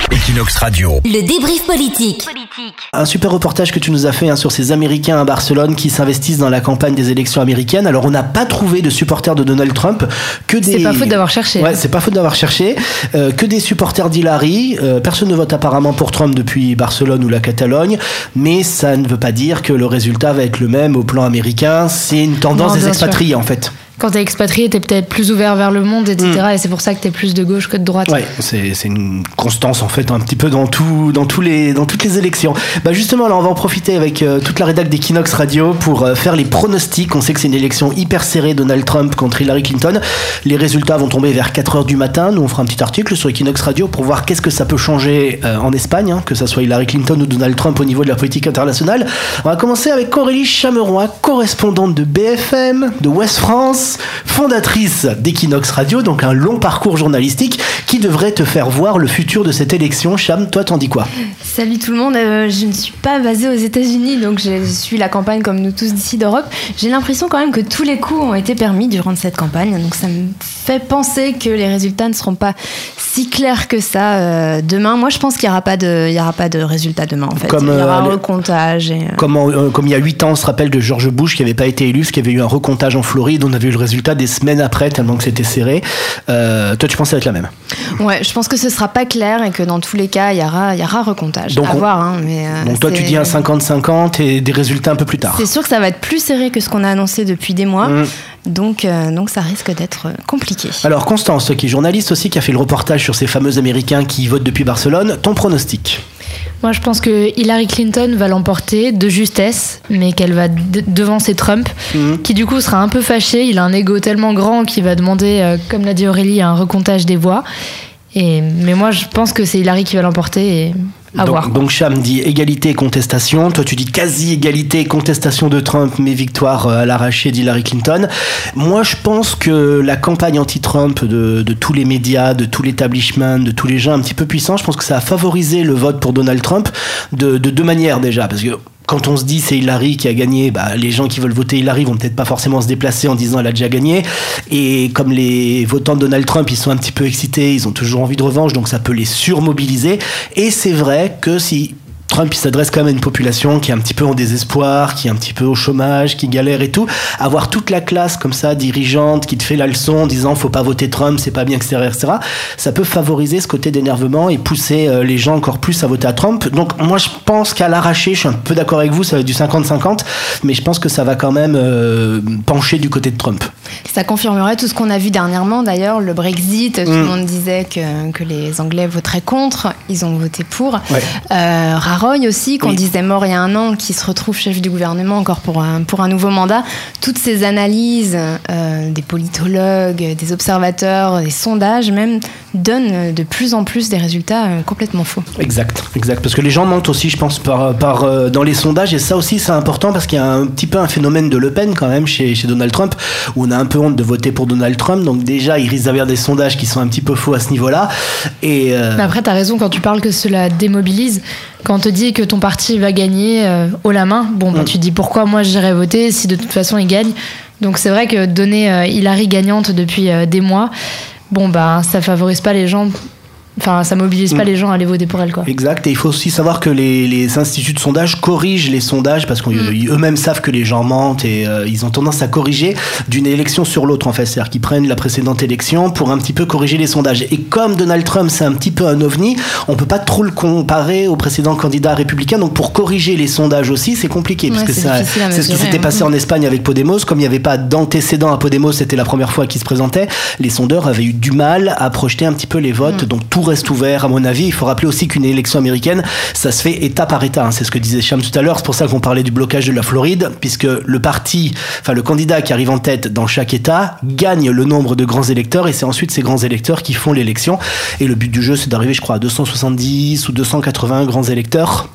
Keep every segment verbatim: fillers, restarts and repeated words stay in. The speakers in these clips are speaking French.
Equinox Radio. Le débrief politique. Un super reportage que tu nous as fait hein, sur ces Américains à Barcelone qui s'investissent dans la campagne des élections américaines. Alors on n'a pas trouvé de supporters de Donald Trump, que des... C'est pas faute d'avoir cherché. Ouais, c'est pas faute d'avoir cherché. Euh, que des supporters d'Hillary. Euh, personne ne vote apparemment pour Trump depuis Barcelone ou la Catalogne, mais ça ne veut pas dire que le résultat va être le même au plan américain. C'est une tendance Non, des bien expatriés sûr. en fait. Quand t'es expatrié, t'es peut-être plus ouvert vers le monde, et cetera. Mm. Et c'est pour ça que t'es plus de gauche que de droite. Ouais, c'est, c'est une constance en fait un petit peu dans tout, dans tous les, dans toutes les élections. Bah justement là, on va en profiter avec euh, toute la rédac d'Equinox Radio pour euh, faire les pronostics. On sait que c'est une élection hyper serrée, Donald Trump contre Hillary Clinton. Les résultats vont tomber vers quatre heures du matin. Nous on fera un petit article sur Equinox Radio pour voir qu'est-ce que ça peut changer euh, en Espagne, hein, que ça soit Hillary Clinton ou Donald Trump au niveau de la politique internationale. On va commencer avec Aurélie Chameroy, correspondante de B F M, de Ouest France, fondatrice d'Equinox Radio, donc un long parcours journalistique qui devrait te faire voir le futur de cette élection. Cham, toi t'en dis quoi ? Salut tout le monde, euh, je ne suis pas basée aux États-Unis, donc je suis la campagne comme nous tous d'ici d'Europe. J'ai l'impression quand même que tous les coups ont été permis durant cette campagne, donc ça me fait penser que les résultats ne seront pas si clairs que ça euh, demain. Moi je pense qu'il n'y aura pas de, il y aura pas de résultats demain en fait. Comme, il y aura euh, un recomptage. Et, euh... comme, en, euh, comme il y a huit ans, on se rappelle de George Bush qui n'avait pas été élu, parce qu'il y avait eu un recomptage en Floride, on avait eu le résultat des semaines après tellement que c'était serré. Euh, toi tu penses être la même ? Ouais, je pense que ce sera pas clair et que dans tous les cas il y aura, il y aura recomptage. Donc à on, voir, hein, mais euh, donc toi c'est... tu dis un cinquante cinquante et des résultats un peu plus tard. C'est sûr que ça va être plus serré que ce qu'on a annoncé depuis des mois, mmh. donc, euh, donc ça risque d'être compliqué. Alors Constance, qui est journaliste aussi, qui a fait le reportage sur ces fameux Américains qui votent depuis Barcelone, ton pronostic ? Moi, je pense que Hillary Clinton va l'emporter de justesse, mais qu'elle va d- devancer Trump, mmh. qui du coup sera un peu fâché. Il a un ego tellement grand qu'il va demander, euh, comme l'a dit Aurélie, un recomptage des voix. Et, mais moi, je pense que c'est Hillary qui va l'emporter. Et... À donc, voir. donc Cham dit égalité et contestation. Toi tu dis quasi égalité et contestation de Trump, mais victoire à l'arraché d'Hillary Clinton. Moi je pense que la campagne anti-Trump de, de tous les médias, de tout l'établissement, de tous les gens un petit peu puissants, je pense que ça a favorisé le vote pour Donald Trump de, de deux manières déjà, parce que quand on se dit c'est Hillary qui a gagné, bah, les gens qui veulent voter Hillary vont peut-être pas forcément se déplacer en disant elle a déjà gagné. Et comme les votants de Donald Trump, ils sont un petit peu excités, ils ont toujours envie de revanche, donc ça peut les surmobiliser. Et c'est vrai que si Trump il s'adresse quand même à une population qui est un petit peu en désespoir, qui est un petit peu au chômage, qui galère et tout, avoir toute la classe comme ça, dirigeante, qui te fait la leçon en disant faut pas voter Trump, c'est pas bien, et cetera, et cetera, ça peut favoriser ce côté d'énervement et pousser euh, les gens encore plus à voter à Trump. Donc moi je pense qu'à l'arraché, je suis un peu d'accord avec vous, ça va être du cinquante cinquante, mais je pense que ça va quand même euh, pencher du côté de Trump. Ça confirmerait tout ce qu'on a vu dernièrement d'ailleurs, le Brexit, tout mmh. le monde disait que, que les Anglais voteraient contre, ils ont voté pour. Ouais. Euh, Rajoy aussi, qu'on oui. disait mort il y a un an, qui se retrouve chef du gouvernement encore pour un, pour un nouveau mandat. Toutes ces analyses euh, des politologues, des observateurs, des sondages même, donnent de plus en plus des résultats euh, complètement faux. Exact, exact. Parce que les gens mentent aussi, je pense, par, par, euh, dans les sondages, et ça aussi c'est important parce qu'il y a un petit peu un phénomène de Le Pen quand même chez, chez Donald Trump, où on a un peu honte de voter pour Donald Trump, donc déjà il risque d'avoir des sondages qui sont un petit peu faux à ce niveau-là. Et euh... Mais après t'as raison quand tu parles que cela démobilise. Quand on te dit que ton parti va gagner euh, haut la main, bon bah mmh. tu te dis pourquoi moi j'irais voter si de toute façon il gagne. Donc c'est vrai que donner euh, Hillary gagnante depuis euh, des mois, bon bah ça favorise pas les gens. Enfin, ça mobilise pas mmh. les gens à aller voter pour elle, quoi. Exact. Et il faut aussi savoir que les, les instituts de sondage corrigent les sondages parce qu'eux-mêmes mmh. savent que les gens mentent et euh, ils ont tendance à corriger d'une élection sur l'autre, en fait. C'est-à-dire qu'ils prennent la précédente élection pour un petit peu corriger les sondages. Et comme Donald Trump, c'est un petit peu un ovni, on peut pas trop le comparer au précédent candidat républicain. Donc, pour corriger les sondages aussi, c'est compliqué. Ouais, parce que c'est, ça, c'est mesurer, ce qui s'était hein. passé en Espagne avec Podemos. Comme il n'y avait pas d'antécédent à Podemos, c'était la première fois qu'il se présentait. Les sondeurs avaient eu du mal à projeter un petit peu les votes. Mmh. Donc, tout reste ouvert, à mon avis. Il faut rappeler aussi qu'une élection américaine, ça se fait état par état. Hein. C'est ce que disait Cham tout à l'heure. C'est pour ça qu'on parlait du blocage de la Floride, puisque le parti, enfin le candidat qui arrive en tête dans chaque état gagne le nombre de grands électeurs et c'est ensuite ces grands électeurs qui font l'élection. Et le but du jeu, c'est d'arriver, je crois, à deux cent soixante-dix ou deux cent quatre-vingts grands électeurs.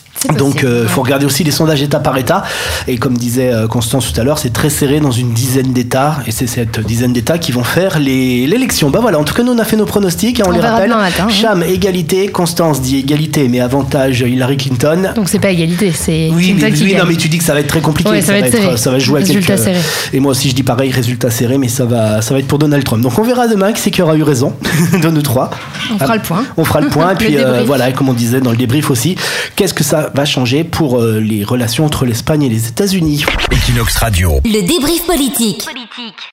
Donc il euh, ouais. faut regarder aussi les sondages État par État. Et comme disait euh, Constance tout à l'heure, c'est très serré dans une dizaine d'États. Et c'est cette dizaine d'États qui vont faire les, l'élection. Bah voilà, en tout cas, nous on a fait nos pronostics. Hein, on, on les rappelle. Matin, Cham, hein. égalité. Constance dit égalité, mais avantage Hillary Clinton. Donc c'est pas égalité, c'est oui, Clinton mais, qui oui, gagne. non, mais tu dis que ça va être très compliqué. Ouais, ça, ça, va va être être, ça va jouer à résultat quelques... serré. Et moi aussi je dis pareil, résultat serré, mais ça va, ça va être pour Donald Trump. Donc on verra demain qui c'est qui aura eu raison de nous trois. On fera le point. On fera le point. Et puis le euh, voilà, comme on disait dans le débrief aussi, qu'est-ce que ça va changer pour euh, les relations entre l'Espagne et les États-Unis. Equinox Radio. Le débrief politique.